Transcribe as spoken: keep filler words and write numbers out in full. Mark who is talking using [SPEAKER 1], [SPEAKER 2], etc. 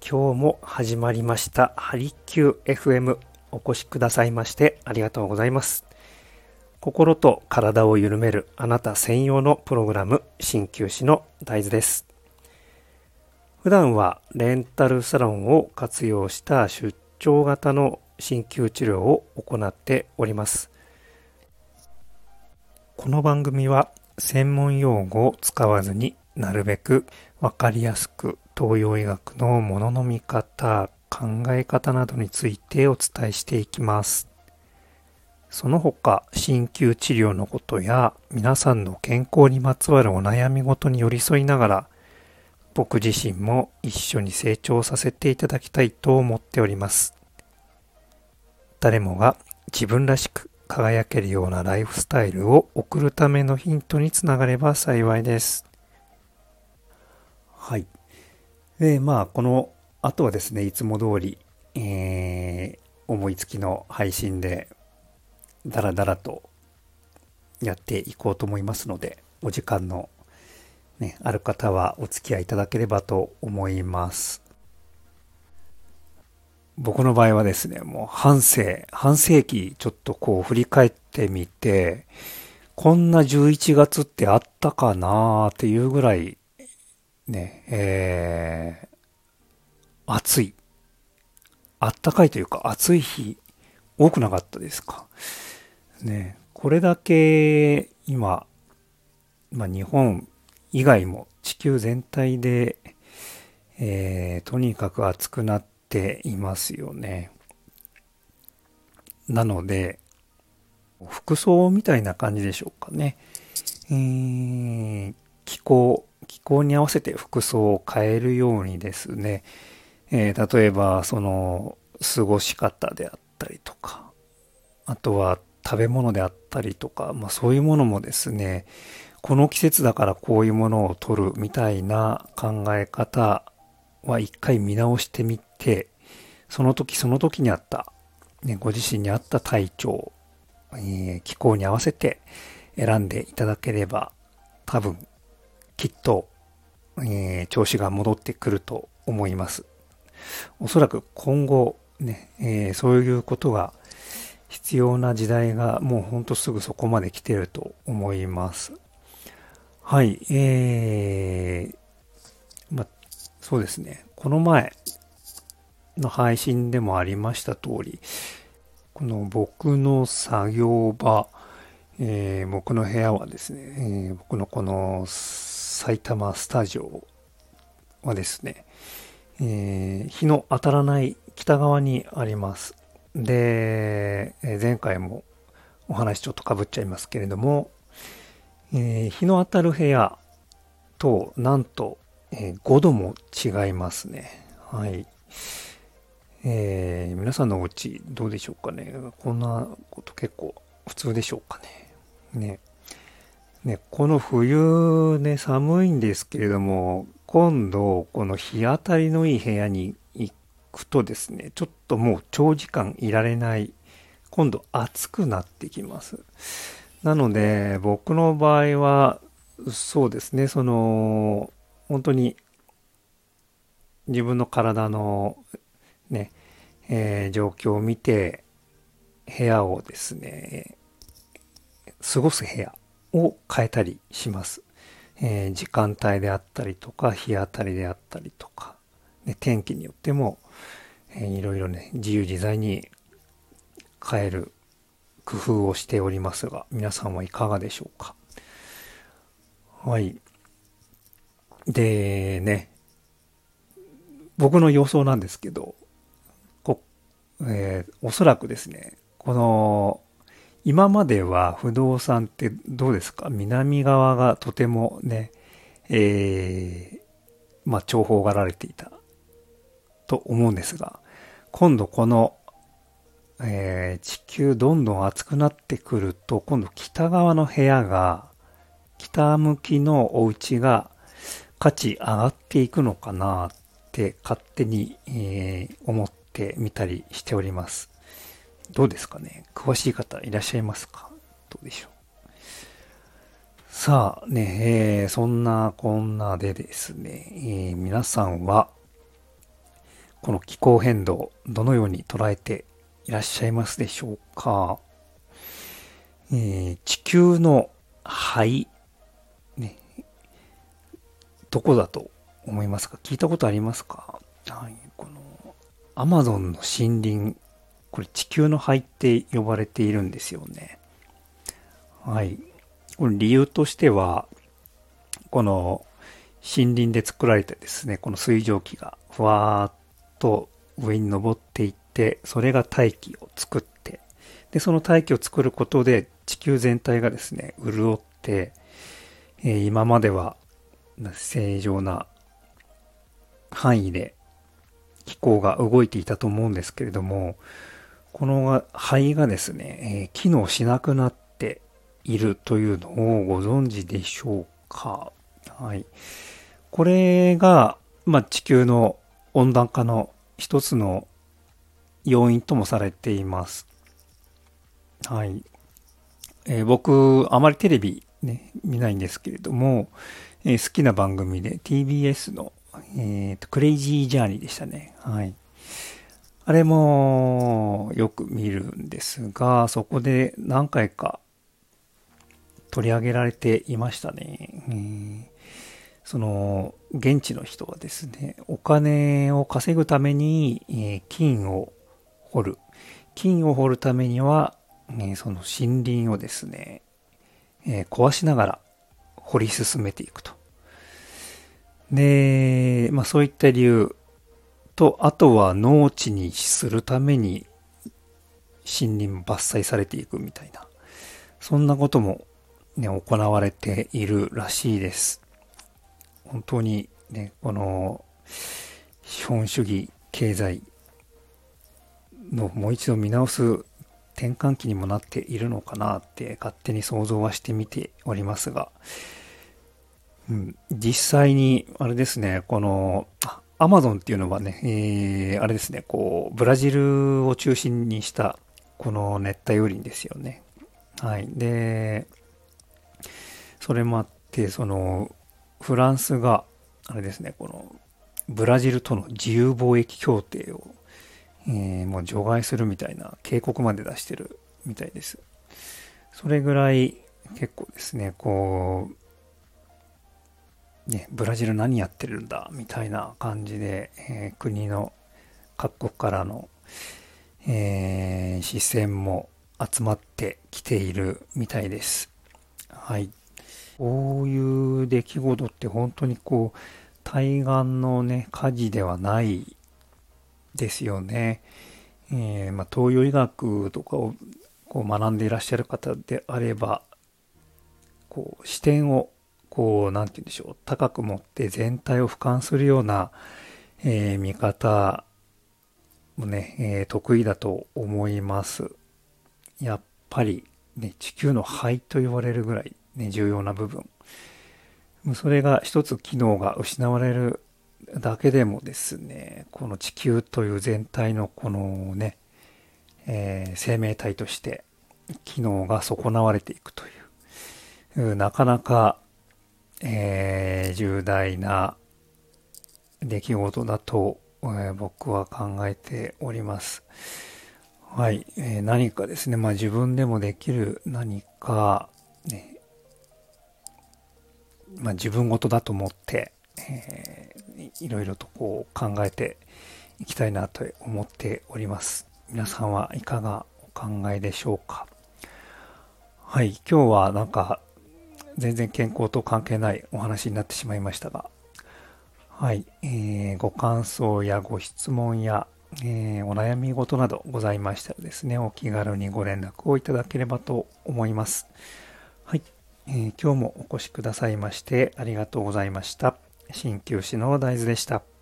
[SPEAKER 1] 今日も始まりましたハリキュー エフエム。 お越しくださいましてありがとうございます。心と体を緩めるあなた専用のプログラム、鍼灸師の大豆です。普段はレンタルサロンを活用した出張型の鍼灸治療を行っております。この番組は専門用語を使わずになるべくわかりやすく東洋医学のものの見方、考え方などについてお伝えしていきます。その他、鍼灸治療のことや皆さんの健康にまつわるお悩みごとに寄り添いながら、僕自身も一緒に成長させていただきたいと思っております。誰もが自分らしく輝けるようなライフスタイルを送るためのヒントにつながれば幸いです。はい。で、まあ、この後はですね、いつも通り、えー、思いつきの配信で、だらだらとやっていこうと思いますので、お時間の、ね、ある方はお付き合いいただければと思います。僕の場合はですね、もう半世、半世紀ちょっとこう振り返ってみて、こんなじゅういちがつってあったかなーっていうぐらい、ね、えー、暑い。あったかいというか暑い日多くなかったですか。ね、これだけ今、まあ、日本以外も地球全体で、えー、とにかく暑くなっていますよね。なので、服装みたいな感じでしょうかね。えー、気候、気候に合わせて服装を変えるようにですね、えー、例えばその過ごし方であったりとか、あとは食べ物であったりとか、まあそういうものもですね、この季節だからこういうものを取るみたいな考え方は一回見直してみて、その時その時にあった、ね、ご自身に合った体調、えー気候に合わせて選んでいただければ、多分きっと、えー調子が戻ってくると思います。おそらく今後ね、えーそういうことが必要な時代がもうほんとすぐそこまで来てると思います。はい、えー、ま、そうですね。この前の配信でもありました通り、この僕の作業場、えー僕の部屋はですね、えー僕のこの埼玉スタジオはですね、えー日の当たらない北側にあります。で、えー前回もお話ちょっとかぶっちゃいますけれども、えー日の当たる部屋となんと、えーごども違いますね。はい。えー皆さんのお家どうでしょうかね。こんなこと結構普通でしょうかね。ね。ね、この冬ね、寒いんですけれども、今度、この日当たりのいい部屋に行くとですね、ちょっともう長時間いられない、今度暑くなってきます。なので、僕の場合は、そうですね、その、本当に自分の体のね、えー状況を見て、部屋をですね、過ごす部屋を変えたりします。えー時間帯であったりとか、日当たりであったりとか、ね、天気によっても、えーいろいろね、自由自在に変える工夫をしておりますが、皆さんはいかがでしょうか。はい。でね、僕の予想なんですけど、こ、えーおそらくですね、この、今までは不動産ってどうですか？南側がとてもね、えーまあ、重宝がられていたと思うんですが、今度この、えー地球どんどん暑くなってくると、今度北側の部屋が、北向きのお家が価値上がっていくのかなって勝手に、えー思ってみたりしております。どうですかね。詳しい方いらっしゃいますか？どうでしょう。さあね、えーそんなこんなでですね、えー皆さんはこの気候変動、どのように捉えていらっしゃいますでしょうか。えー、地球の肺、ね、どこだと思いますか？聞いたことありますか？はい、このアマゾンの森林、これ地球の肺って呼ばれているんですよね。はい。これ理由としては、この森林で作られてですね、この水蒸気がふわーっと上に登っていって、それが大気を作って、で、その大気を作ることで地球全体がですね、潤って、えー今までは正常な範囲で気候が動いていたと思うんですけれども、この肺がですね、えー機能しなくなっているというのをご存知でしょうか。はい。これが、まあ、地球の温暖化の一つの要因ともされています。はい。えー僕、あまりテレビね、見ないんですけれども、えー好きな番組で ティービーエス の、えーと、クレイジージャーニーでしたね。はい。あれもよく見るんですが、そこで何回か取り上げられていましたね。えーその、現地の人はですね、お金を稼ぐために、えー金を掘る。金を掘るためには、えーその森林をですね、えー壊しながら掘り進めていくと。で、まあそういった理由と、あとは農地にするために森林も伐採されていくみたいな、そんなこともね、行われているらしいです。本当にね、この資本主義経済のもう一度見直す転換期にもなっているのかなって勝手に想像はしてみておりますが、うん、実際にあれですね、このアマゾンっていうのはね、えー、あれですね、こうブラジルを中心にしたこの熱帯雨林ですよね。はい。で、それもあって、そのフランスがあれですね、このブラジルとの自由貿易協定を、えーもう除外するみたいな警告まで出してるみたいです。それぐらい結構ですね、こう、ね、ブラジル何やってるんだみたいな感じで、えー国の各国からの、えー視線も集まってきているみたいです。はい。こういう出来事って本当にこう、対岸のね、火事ではないですよね。えーまあ、東洋医学とかをこう学んでいらっしゃる方であれば、こう視点をこう、なんて言うんでしょう、高く持って全体を俯瞰するような、えー見方もね、えー得意だと思います。やっぱりね、地球の肺と言われるぐらいね、重要な部分。それが一つ機能が失われるだけでもですね、この地球という全体のこのね、えー生命体として機能が損なわれていくという、なかなか、えー重大な出来事だと、えー僕は考えております。はい、えー何かですね、まあ自分でもできる何か、ね、まあ自分事だと思って、えーいろいろとこう考えていきたいなと思っております。皆さんはいかがお考えでしょうか。はい、今日はなんか全然健康と関係ないお話になってしまいましたが、はい、えーご感想やご質問や、えーお悩み事などございましたらですね、お気軽にご連絡をいただければと思います。はい、えー今日もお越しくださいましてありがとうございました。鍼灸師の大豆でした。